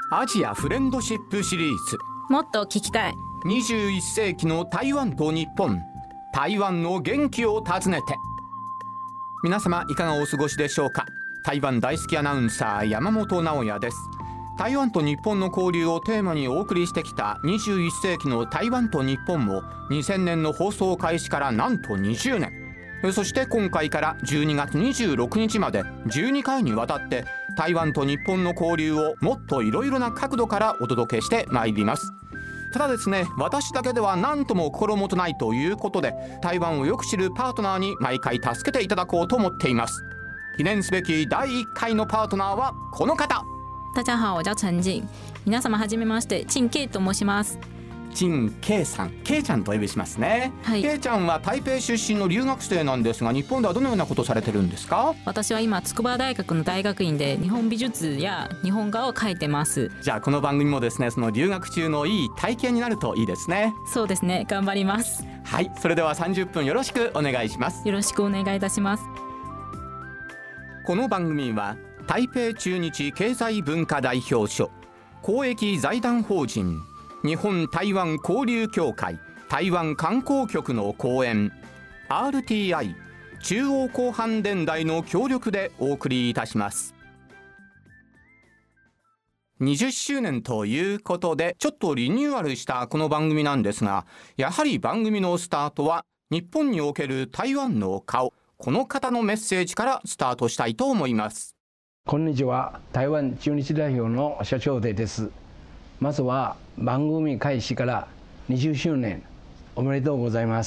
アジアフレンドシップシリーズ、 もっと聞きたい。 21世紀の台湾と日本、台湾の元気を訪ねて。皆様いかがお過ごしでしょうか。台湾大好きアナウンサー山本直也です。台湾と日本の交流をテーマにお送りしてきた21世紀の台湾と日本も2000年の放送開始からなんと20年。そして今回から12月26日まで12回にわたって台湾と日本の交流をもっといろいろな角度からお届けしてまいります。ただですね、私だけでは何とも心もとないということで、台湾をよく知るパートナーに毎回助けていただこうと思っています。記念すべき第1回のパートナーはこの方。 大家好，我叫陳靜。皆様はじめまして、陳慶と申します。 陳慶さん、慶ちゃんとお呼びしますね。慶ちゃんは台北出身の留学生なんですが、日本ではどのようなことをされてるんですか？ 私は今筑波大学の大学院で日本美術や日本画を描いてます。 じゃあこの番組もですね、その留学中のいい体験になるといいですね。 そうですね、頑張ります。 はい、それでは30分よろしくお願いします。 よろしくお願いいたします。 この番組は台北駐日経済文化代表所、公益財団法人日本台湾交流協会台湾観光局の講演 RTI 中央広範電台の協力でお送りいたします。20周年ということでちょっとリニューアルしたこの番組なんですが、やはり番組のスタートは日本における台湾の顔、この方のメッセージからスタートしたいと思います。 こんにちは、台湾駐日代表の社長です。まずは番組開始から20周年おめでとうございます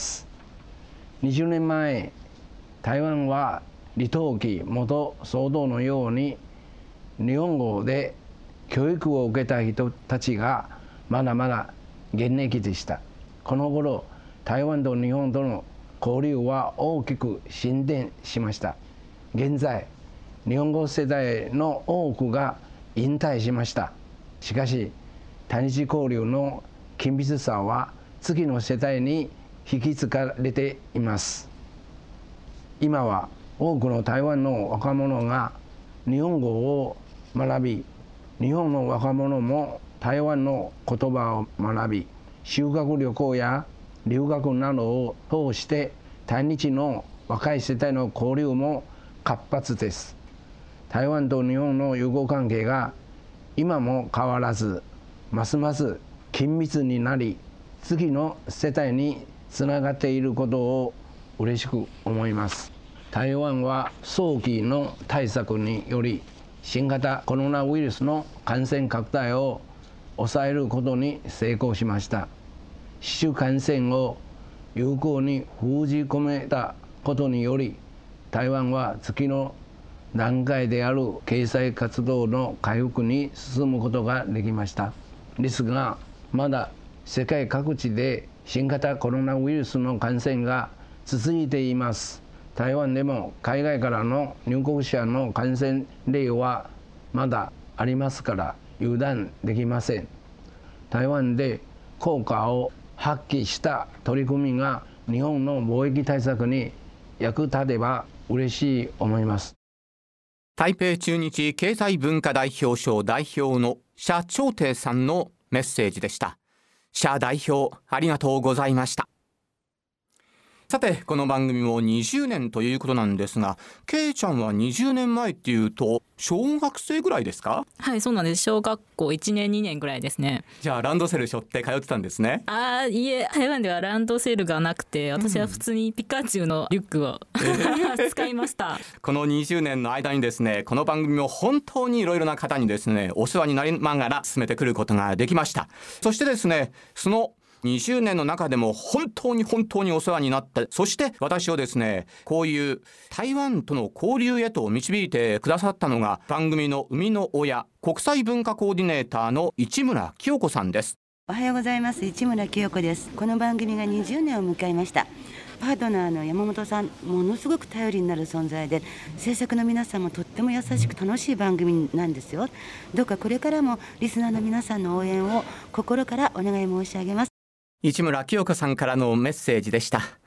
。20年前、台湾は李登輝元騒動のように日本語で教育を受けた人たちがまだまだ現役でした。この頃、台湾と日本との交流は大きく進展しました。現在、日本語世代の多くが引退しました。しかし、対日交流の緊密さは次の世代に引き継がれています。今は多くの台湾の若者が日本語を学び、日本の若者も台湾の言葉を学び、修学旅行や留学などを通して対日の若い世代の交流も活発です。台湾と日本の友好関係が今も変わらず、ますます緊密になり、次の世代につながっていることを嬉しく思います。台湾は早期の対策により新型コロナウイルスの感染拡大を抑えることに成功しました。市中感染を有効に封じ込めたことにより、台湾は次の段階である経済活動の回復に進むことができました。ですが、まだ世界各地で新型コロナウイルスの感染が続いています。台湾でも海外からの入国者の感染例はまだありますから油断できません。台湾で効果を発揮した取り組みが日本の貿易対策に役立てば嬉しい思います。 台北駐日経済文化代表所代表の謝長廷さんのメッセージでした。謝代表、ありがとうございました。さて、この番組も20年ということなんですが、ケイちゃんは20年前っていうと小学生ぐらいですか？ はい、そうなんです。小学校1年2年ぐらいですね。 じゃあランドセル背負って通ってたんですね。 いえ、台湾ではランドセルがなくて、私は普通にピカチュウのリュックを、使いました。 この20年の間にですね、この番組も本当にいろいろな方にですね、お世話になりながら進めてくることができました。そしてですね、その20年の中でも本当にお世話になって、そして私をですね、こういう台湾との交流へと導いてくださったのが番組の生みの親、国際文化コーディネーターの市村清子さんです。 おはようございます。市村清子です。この番組が20年を迎えました。パートナーの山本さん、ものすごく頼りになる存在で、制作の皆さんもとっても優しく楽しい番組なんですよ。どうかこれからもリスナーの皆さんの応援を心からお願い申し上げます。 市村清子さんからのメッセージでした。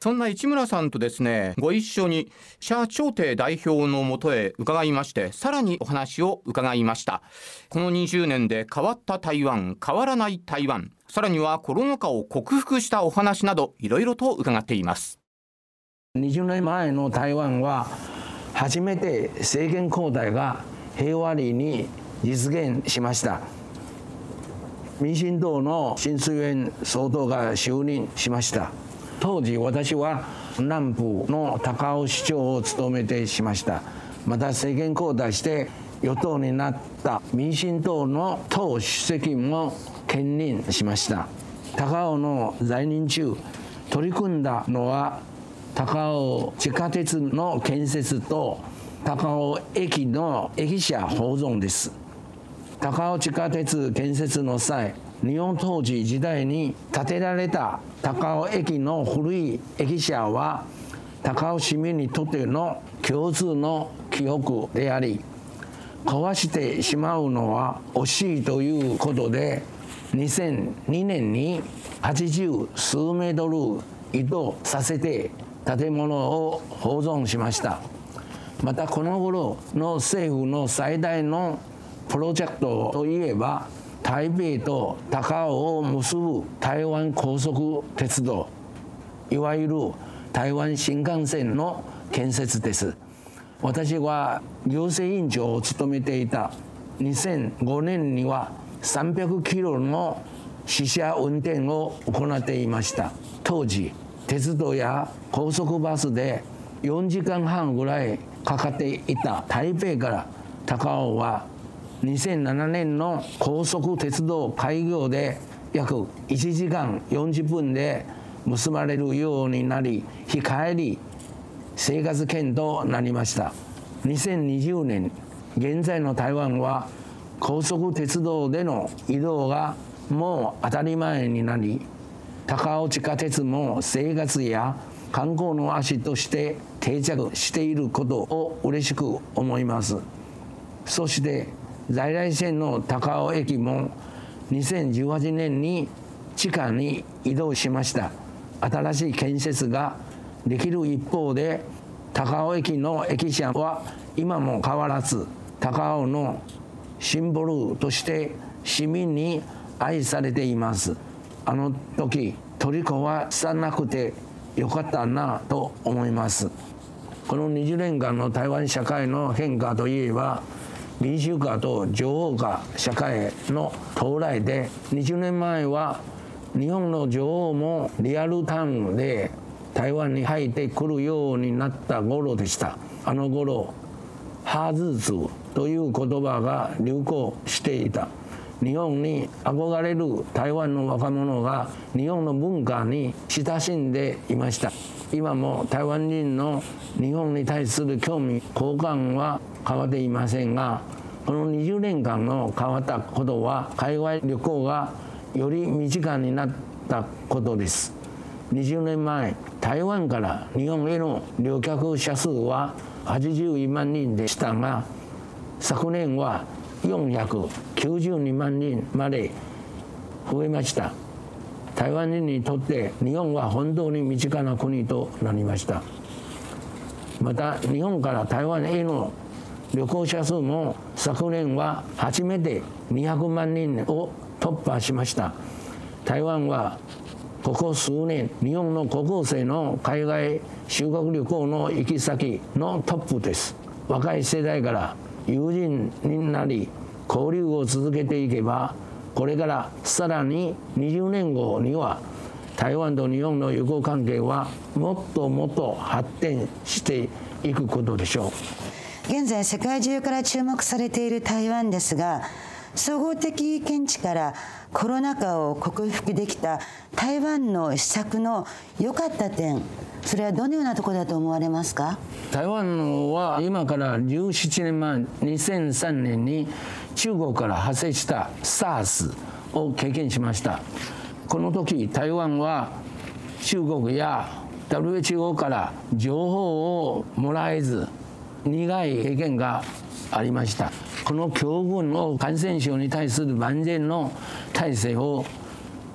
そんな市村さんとですね、ご一緒に謝長廷代表のもとへ伺いまして、さらにお話を伺いました。この20年で変わった台湾、変わらない台湾、さらにはコロナ禍を克服したお話など、いろいろと伺っています。 20年前の台湾は初めて政権交代が平和裏に実現しました。民進党の新水園総統が就任しました。当時私は南部の高雄市長を務めてしました。また政権交代して与党になった民進党の党主席も兼任しました。高雄の在任中取り組んだのは高雄地下鉄の建設と高尾駅の駅舎保存です。高尾地下鉄建設の際、日本統治時代に建てられた高尾駅の古い駅舎は高尾市民にとっての共通の記憶であり、壊してしまうのは惜しいということで、2002年に80数メートル移動させて建物を保存しました。またこの頃の政府の最大のプロジェクトといえば、台北と高雄を結ぶ台湾高速鉄道、いわゆる台湾新幹線の建設です。私は行政委員長を務めていた2005年には300キロの試車運転を行っていました。当時鉄道や高速バスで4時間半ぐらいかかっていた台北から高雄は2007年の高速鉄道開業で約1時間40分で結ばれるようになり、日帰り生活圏となりました。2020年現在の台湾は高速鉄道での移動がもう当たり前になり、高尾地下鉄も生活や観光の足として定着していることを嬉しく思います。そして在来線の高尾駅も2018年に地下に移動しました。新しい建設ができる一方で、高尾駅の駅舎は今も変わらず高尾のシンボルとして市民に愛されています。あの時取り壊さなくてよかったなと思います。この20年間の台湾社会の変化といえば、民主化と女王化社会の到来で、20年前は日本の女王もリアルタイムで台湾に入ってくるようになった頃でした。あの頃ハーズツという言葉が流行していた。日本に憧れる台湾の若者が日本の文化に親しんでいました。今も台湾人の日本に対する興味好感は変わっていませんが、この20年間の変わったことは海外旅行がより身近になったことです。20年前台湾から日本への旅客者数は81万人でしたが、昨年は492万人まで増えました。台湾人にとって日本は本当に身近な国となりました。また日本から台湾への旅行者数も昨年は初めて200万人を突破しました。台湾はここ数年日本の高校生の海外修学旅行の行き先のトップです。若い世代から友人になり交流を続けていけば、これからさらに20年後には台湾と日本の友好関係はもっともっと発展していくことでしょう。 現在世界中から注目されている台湾ですが、総合的見地からコロナ禍を克服できた台湾の施策の良かった点、それはどのようなところだと思われますか？ 台湾は今から17年前2003年に中国から発生した SARS を経験しました。この時台湾は中国や WHO から情報をもらえず苦い経験がありました。この教訓を感染症に対する万全の体制を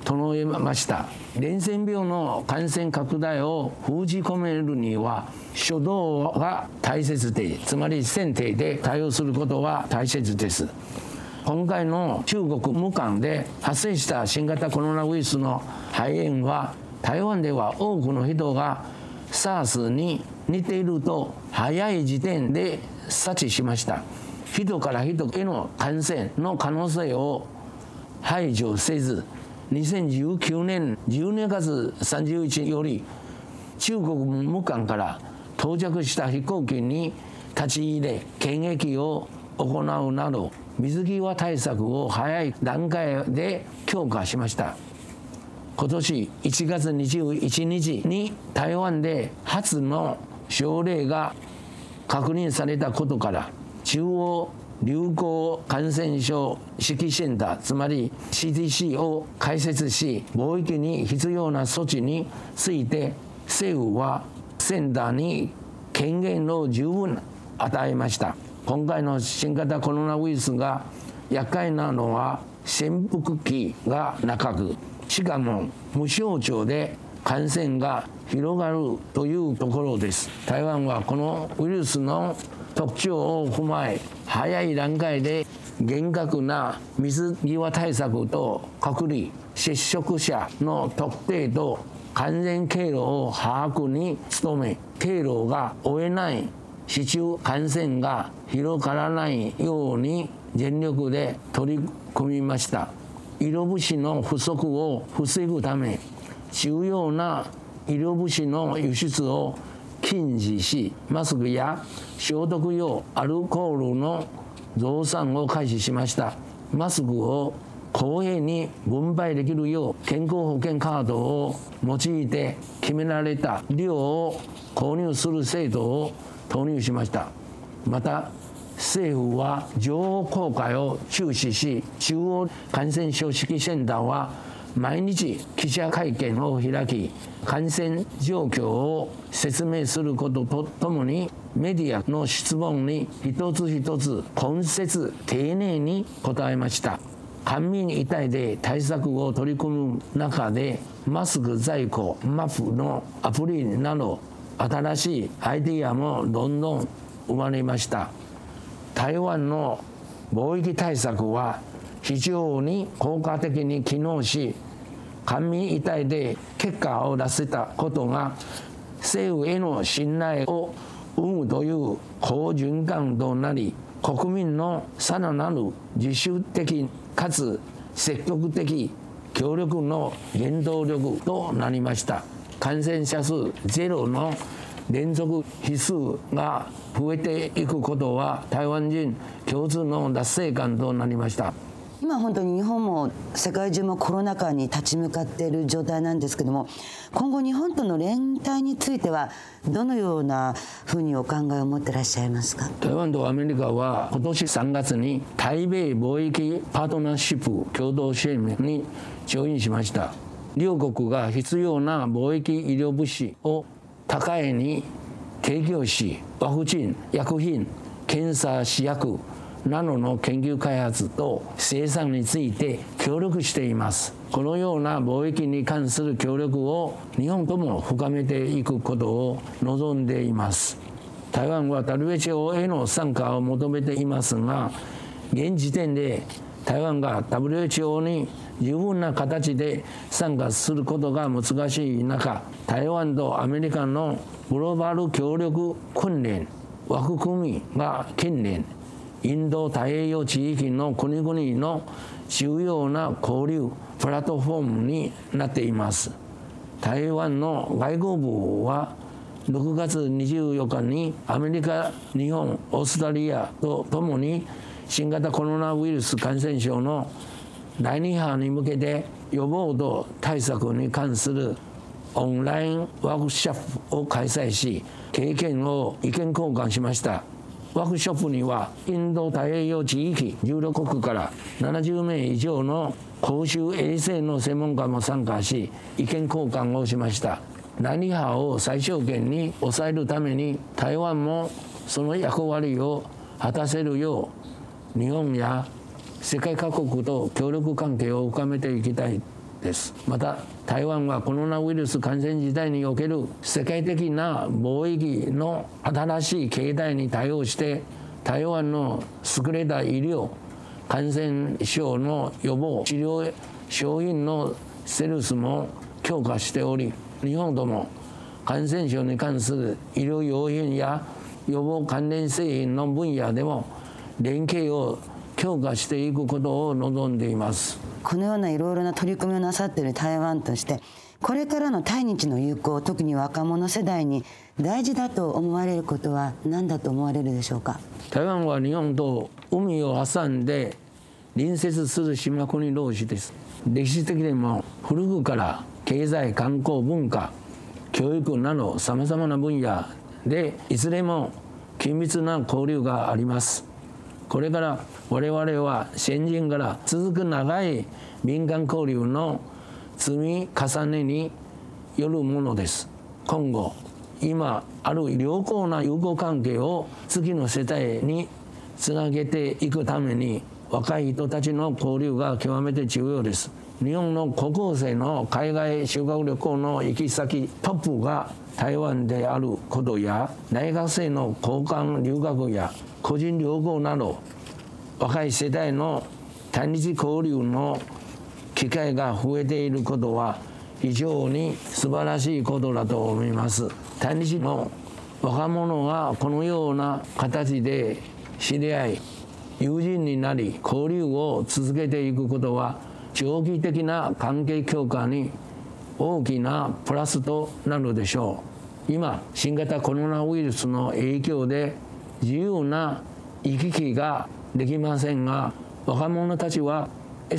整えました。伝染病の感染拡大を封じ込めるには初動が大切で、つまり先手で対応することは大切です。今回の中国武漢で発生した新型コロナウイルスの肺炎は、台湾では多くの人が SARS に似ていると早い時点で察知しました。人から人への感染の可能性を排除せず、2019年12月31日より中国武漢から到着した飛行機に立ち入れ検疫を行うなど、水際対策を早い段階で強化しました。今年1月21日に台湾で初の症例が確認されたことから、中央流行感染症指揮センター、つまり CDC を開設し、防疫に必要な措置について政府はセンターに権限を十分与えました。今回の新型コロナウイルスが厄介なのは潜伏期が長く、しかも無症状で感染が広がるというところです。台湾はこのウイルスの特徴を踏まえ、早い段階で厳格な水際対策と隔離、接触者の特定と感染経路を把握に努め、経路が追えない市中感染が広がらないように全力で取り組みました。医療物資の不足を防ぐため、重要な医療物資の輸出を禁止し、マスクや消毒用アルコールの増産を開始しました。マスクを公平に分配できるよう健康保険カードを用いて決められた量を購入する制度を投入しました。また政府は情報公開を注視し、中央感染症指揮センターは毎日記者会見を開き、感染状況を説明することとともに、メディアの質問に一つ一つ根節丁寧に答えました。官民一体で対策を取り組む中で、マスク在庫、マップのアプリなど新しいアイデアもどんどん生まれました。台湾の防疫対策は非常に効果的に機能し、官民一体で結果を出せたことが政府への信頼を生むという好循環となり、国民のさらなる自主的かつ積極的協力の原動力となりました。感染者数ゼロの連続日数が増えていくことは台湾人共通の達成感となりました。 今本当に日本も世界中もコロナ禍に立ち向かっている状態なんですけども、今後日本との連帯についてはどのようなふうにお考えを持っていらっしゃいますか。 台湾とアメリカは今年3月に台米貿易パートナーシップ共同声明に調印しました。両国が必要な貿易医療物資を高いに提供し、ワクチン、薬品、検査試薬などの研究開発と生産について協力しています。このような貿易に関する協力を日本とも深めていくことを望んでいます。台湾は WHO への参加を求めていますが、現時点で台湾が WHO に十分な形で参加することが難しい中、台湾とアメリカのグローバル協力訓練枠組みが近年インド太平洋地域の国々の重要な交流プラットフォームになっています。台湾の外交部は6月24日にアメリカ、日本、オーストラリアとともに新型コロナウイルス感染症の第2波に向けて予防と対策に関するオンラインワークショップを開催し、経験を意見交換しました。ワークショップにはインド太平洋地域16国から70名以上の公衆衛生の専門家も参加し、意見交換をしました。第2波を最小限に抑えるために台湾もその役割を果たせるよう日本や世界各国と協力関係を深めていきたいです。また台湾はコロナウイルス感染時代における世界的な貿易の新しい形態に対応して台湾の優れた医療、感染症の予防、治療商品のセールスも強化しており、日本とも感染症に関する医療用品や予防関連製品の分野でも連携を強化していくことを望んでいます。 このようないろいろな取り組みをなさっている台湾として、これからの対日の友好、特に若者世代に大事だと思われることは何だと思われるでしょうか。 台湾は日本と海を挟んで隣接する島国同士です。歴史的にも古くから経済、観光、文化、教育などさまざまな分野でいずれも緊密な交流があります。これから我々は先人から続く長い民間交流の積み重ねによるものです。今後今ある良好な友好関係を次の世代につなげていくために若い人たちの交流が極めて重要です。日本の高校生の海外修学旅行の行き先トップが台湾であることや、大学生の交換留学や個人旅行など若い世代の対日交流の機会が増えていることは非常に素晴らしいことだと思います。対日の若者がこのような形で知り合い友人になり交流を続けていくことは長期的な関係強化に大きなプラスとなるでしょう。今新型コロナウイルスの影響で自由な行き来ができませんが、若者たちは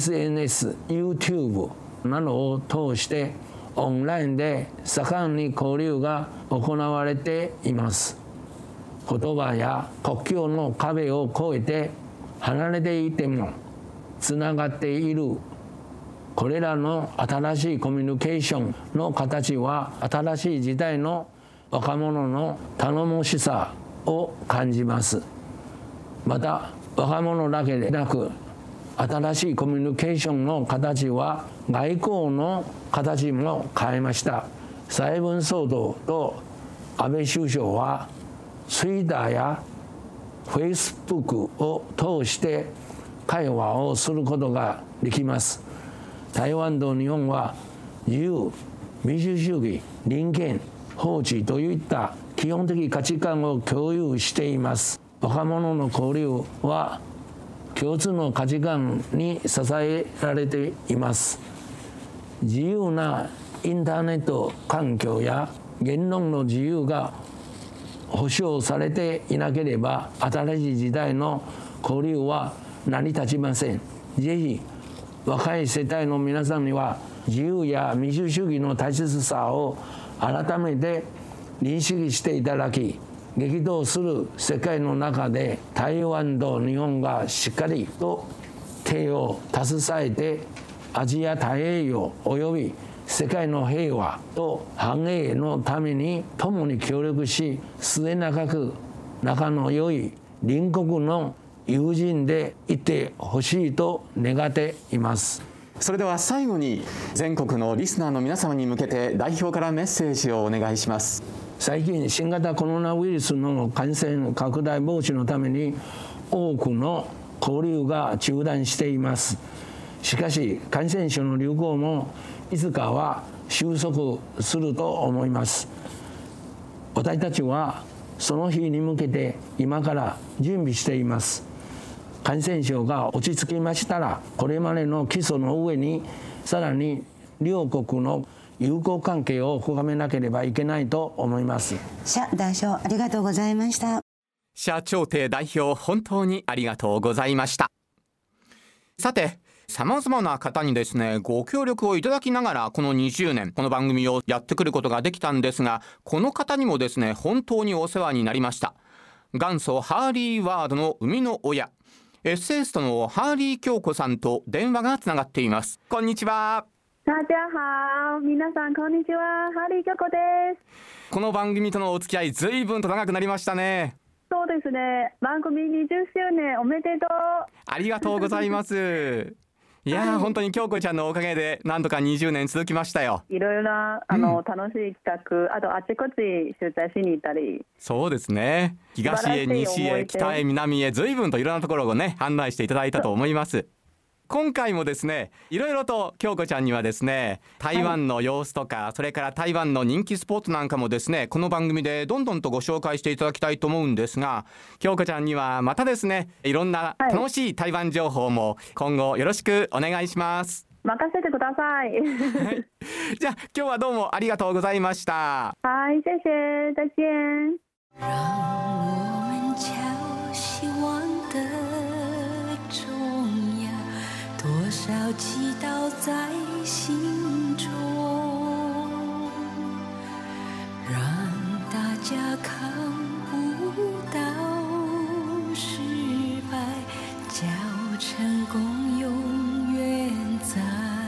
SNS、YouTube などを通してオンラインで盛んに交流が行われています。言葉や国境の壁を越えて離れていてもつながっているこれらの新しいコミュニケーションの形は新しい時代の若者の頼もしさを感じます。また若者だけでなく新しいコミュニケーションの形は外交の形も変えました。蔡文総統と安倍首相はツイッターやフェイスブックを通して会話をすることができます。台湾と日本は自由、民主主義、人権、法治といった基本的価値観を共有しています。若者の交流は共通の価値観に支えられています。自由なインターネット環境や言論の自由が保障されていなければ新しい時代の交流は成り立ちません。ぜひ若い世代の皆さんには自由や民主主義の大切さを改めて認識していただき、激動する世界の中で台湾と日本がしっかりと手を携えてアジア太平洋および世界の平和と繁栄のために共に協力し、末永く仲の良い隣国の友人でいてほしいと願っています。 それでは最後に全国のリスナーの皆様に向けて代表からメッセージをお願いします。 最近新型コロナウイルスの感染拡大防止のために多くの交流が中断しています。しかし感染症の流行もいつかは収束すると思います。私たちはその日に向けて今から準備しています。感染症が落ち着きましたら、これまでの基礎の上にさらに両国の友好関係を深めなければいけないと思います。 謝代表ありがとうございました。 謝長廷代表、本当にありがとうございました。さて、さまざまな方にですねご協力をいただきながらこの20年この番組をやってくることができたんですが、この方にもですね本当にお世話になりました。元祖ハーリーワードの生みの親、エッセイストのハーリー京子さんと電話がつながっています。こんにちは。 大家好、皆さんこんにちは、ハーリー京子です。 この番組とのお付き合いずいぶんと長くなりましたね。 そうですね、番組20周年おめでとう。 ありがとうございます。 いやー、本当に京子ちゃんのおかげでなんとか20年続きましたよ。 いろいろな楽しい企画、あとあちこち取材しに行ったり。 そうですね。東へ西へ北へ南へ随分といろんなところをね案内していただいたと思います。今回もですね、いろいろと京子ちゃんにはですね、台湾の様子とか、それから台湾の人気スポットなんかもですね、この番組でどんどんとご紹介していただきたいと思うんですが、京子ちゃんにはまたですね、いろんな楽しい台湾情報も今後よろしくお願いします。 任せてください。 はい、じゃあ今日はどうもありがとうございました。 はい、谢谢，再见。 让我们瞧希望的重呀，多少祈祷在心中，让大家看不到失败，叫成功永远在。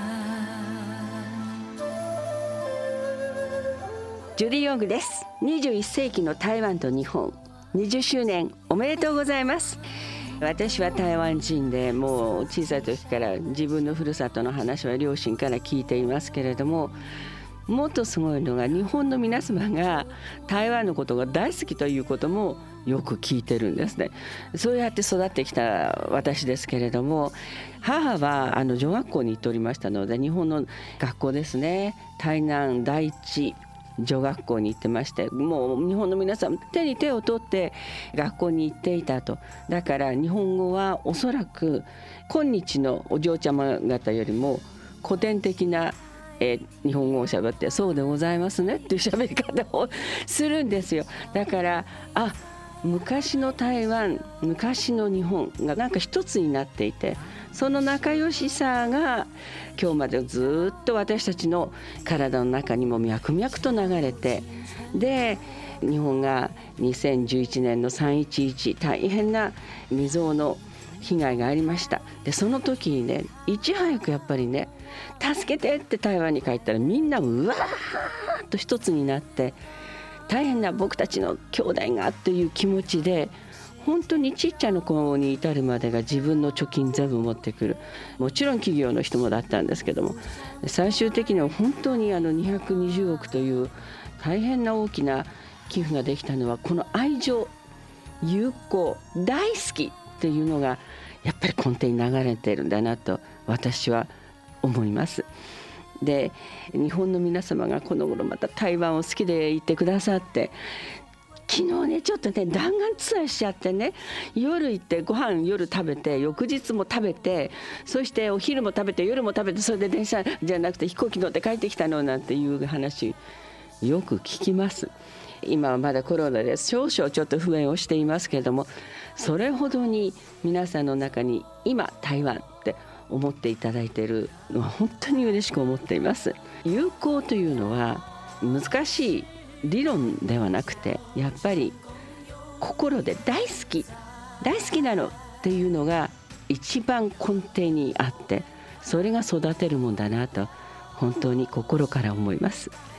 ジュディ・ヨングです。21世紀の台湾と日本20周年おめでとうございます。私は台湾人で、もう小さい時から自分のふるさとの話は両親から聞いていますけれども、もっとすごいのが日本の皆様が台湾のことが大好きということもよく聞いてるんですね。そうやって育ってきた私ですけれども、母は女学校に行っておりましたので、日本の学校ですね、台南第一女学校に行ってまして、もう日本の皆さん手に手を取って学校に行っていたと。だから日本語はおそらく今日のお嬢ちゃま方よりも古典的な日本語をしゃべって、そうでございますねっていうしゃべり方をするんですよ。だから昔の台湾、昔の日本がなんか一つになっていて、その仲良しさが今日までずっと私たちの体の中にも脈々と流れて、で日本が2011年の311大変な未曾有の被害がありました。でその時にね、いち早くやっぱりね、助けてって台湾に帰ったら、みんなうわーっと一つになって、大変な僕たちの兄弟がっていう気持ちで、本当にちっちゃな子に至るまでが自分の貯金全部持ってくる。もちろん企業の人もだったんですけども、最終的には本当に220億という大変な大きな寄付ができたのは、この愛情、友好、大好きっていうのがやっぱり根底に流れているんだなと私は思います。で日本の皆様がこの頃また台湾を好きでいてくださって、昨日ねちょっとね弾丸ツアーしちゃってね、夜行ってご飯夜食べて、翌日も食べて、そしてお昼も食べて夜も食べて、それで電車じゃなくて飛行機乗って帰ってきたのなんていう話よく聞きます。今はまだコロナで少々ちょっと不便をしていますけれども、それほどに皆さんの中に今台湾って思っていただいているのは本当に嬉しく思っています。友好というのは難しい理論ではなくて、やっぱり心で大好きなのっていうのが一番根底にあって、それが育てるもんだなと本当に心から思います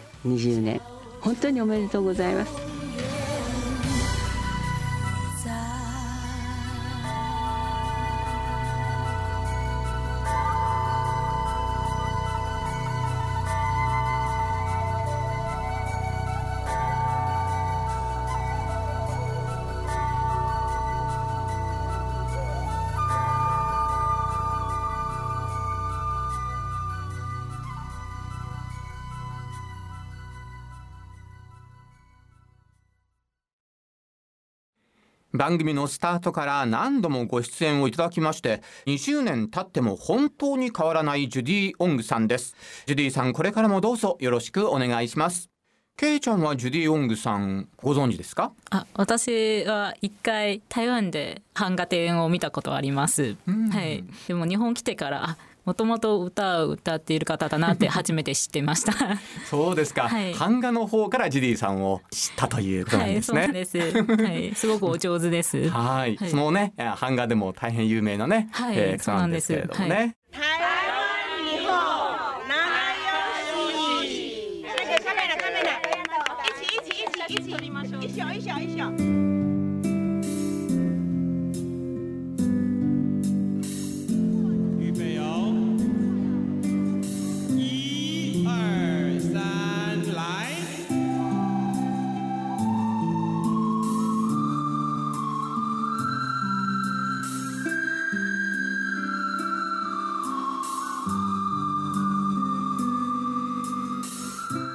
。20年本当におめでとうございます。 番組のスタートから何度もご出演をいただきまして、20年経っても本当に変わらないジュディ・オングさんです。ジュディさん、これからもどうぞよろしくお願いします。ケイちゃんはジュディ・オングさんご存知ですか？ 私は一回台湾で版画展を見たことあります、はい、でも日本来てからもともと歌を歌っている方だなって初めて知ってましたそうですか、はい、版画の方からジュディさんを知ったということなんですね。 はい、そうです、はい、すごくお上手ですはい、そのね版画でも大変有名なね、 はい、 そうなんですけれどもね、はい、 预备，有。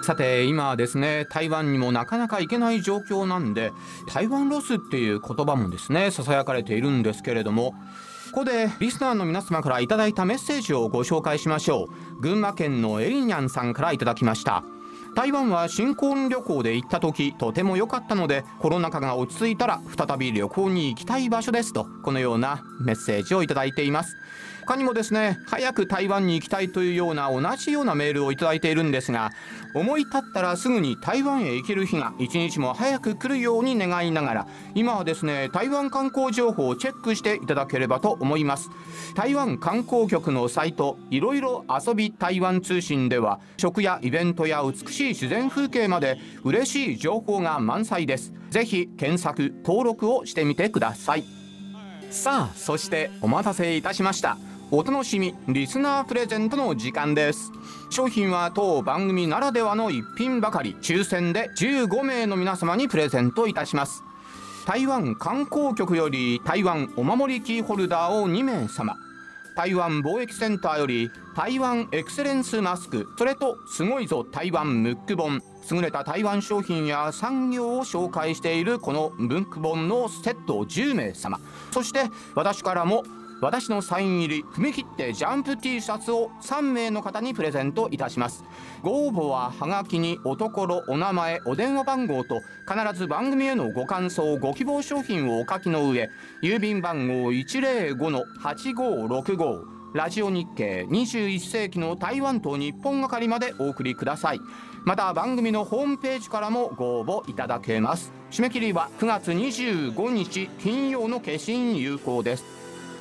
さて今はですね、台湾にもなかなか行けない状況なんで、台湾ロスっていう言葉もですねささやかれているんですけれども、ここでリスナーの皆様からいただいたメッセージをご紹介しましょう。群馬県のエリニャンさんからいただきました。台湾は新婚旅行で行った時とても良かったので、コロナ禍が落ち着いたら再び旅行に行きたい場所ですと、このようなメッセージをいただいています。他にもですね、早く台湾に行きたいというような同じようなメールをいただいているんですが、思い立ったらすぐに台湾へ行ける日が一日も早く来るように願いながら、今はですね台湾観光情報をチェックしていただければと思います。台湾観光局のサイトいろいろ遊び台湾通信では、食やイベントや美しい自然風景まで嬉しい情報が満載です。ぜひ検索登録をしてみてください。さあ、そしてお待たせいたしました。お楽しみリスナープレゼントの時間です。商品は当番組ならではの一品ばかり、抽選で15名の皆様にプレゼントいたします。台湾観光局より台湾お守りキーホルダーを2名様、台湾貿易センターより台湾エクセレンスマスク、それとすごいぞ台湾ムック本、優れた台湾商品や産業を紹介しているこのムック本のセットを10名様、そして私からも私のサイン入り踏み切ってジャンプ T シャツを3名の方にプレゼントいたします。ご応募ははがきにおところ、お名前、お電話番号と必ず番組へのご感想、ご希望商品をお書きの上、郵便番号 105-8565 ラジオ日経21世紀の台湾と日本係までお送りください。また番組のホームページからもご応募いただけます。締め切りは9月25日金曜の消印有効です。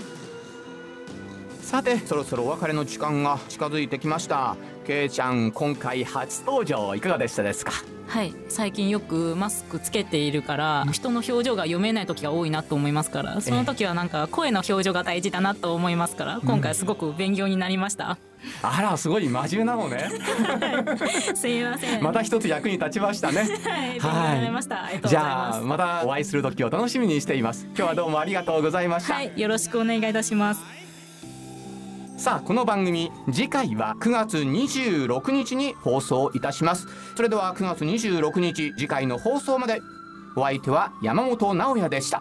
さて、そろそろお別れの時間が近づいてきました。けいちゃん、今回初登場いかがでしたですか？ はい、最近よくマスクつけているから人の表情が読めない時が多いなと思いますから、その時はなんか声の表情が大事だなと思いますから、今回すごく勉強になりました。 あら、すごい真面目なのね。 すみません。 また一つ役に立ちましたね。 はい、勉強になりました。ありがとうごじざいます。 ゃあまたお会いする時を楽しみにしています。今日はどうもありがとうございました。 はい、よろしくお願いいたします。 さあ、この番組次回は9月26日に放送いたします。それでは9月26日次回の放送まで。お相手は山本直也でした。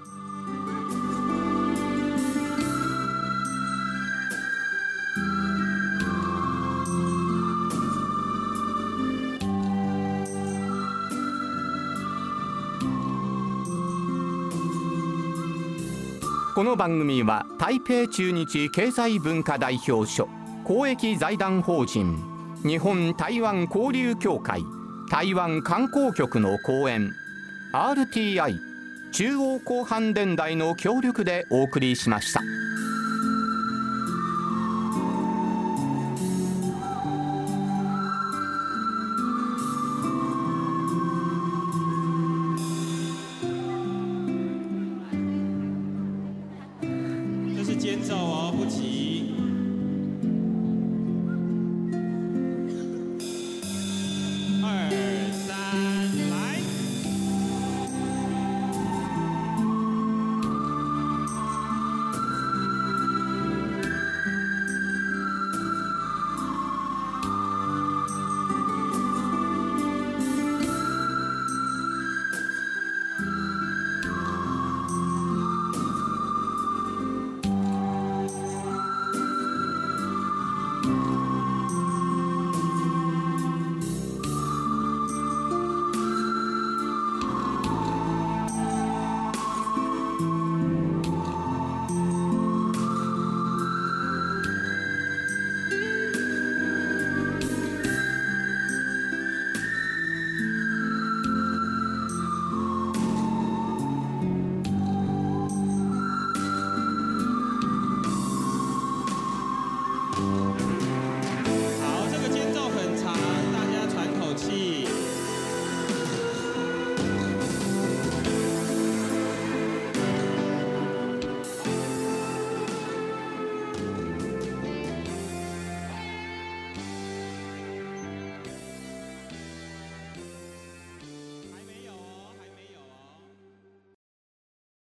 この番組は台北駐日経済文化代表所、公益財団法人日本台湾交流協会、台湾観光局の講演、 RTI 中央広範電台の協力でお送りしました。 这是监造啊，不急。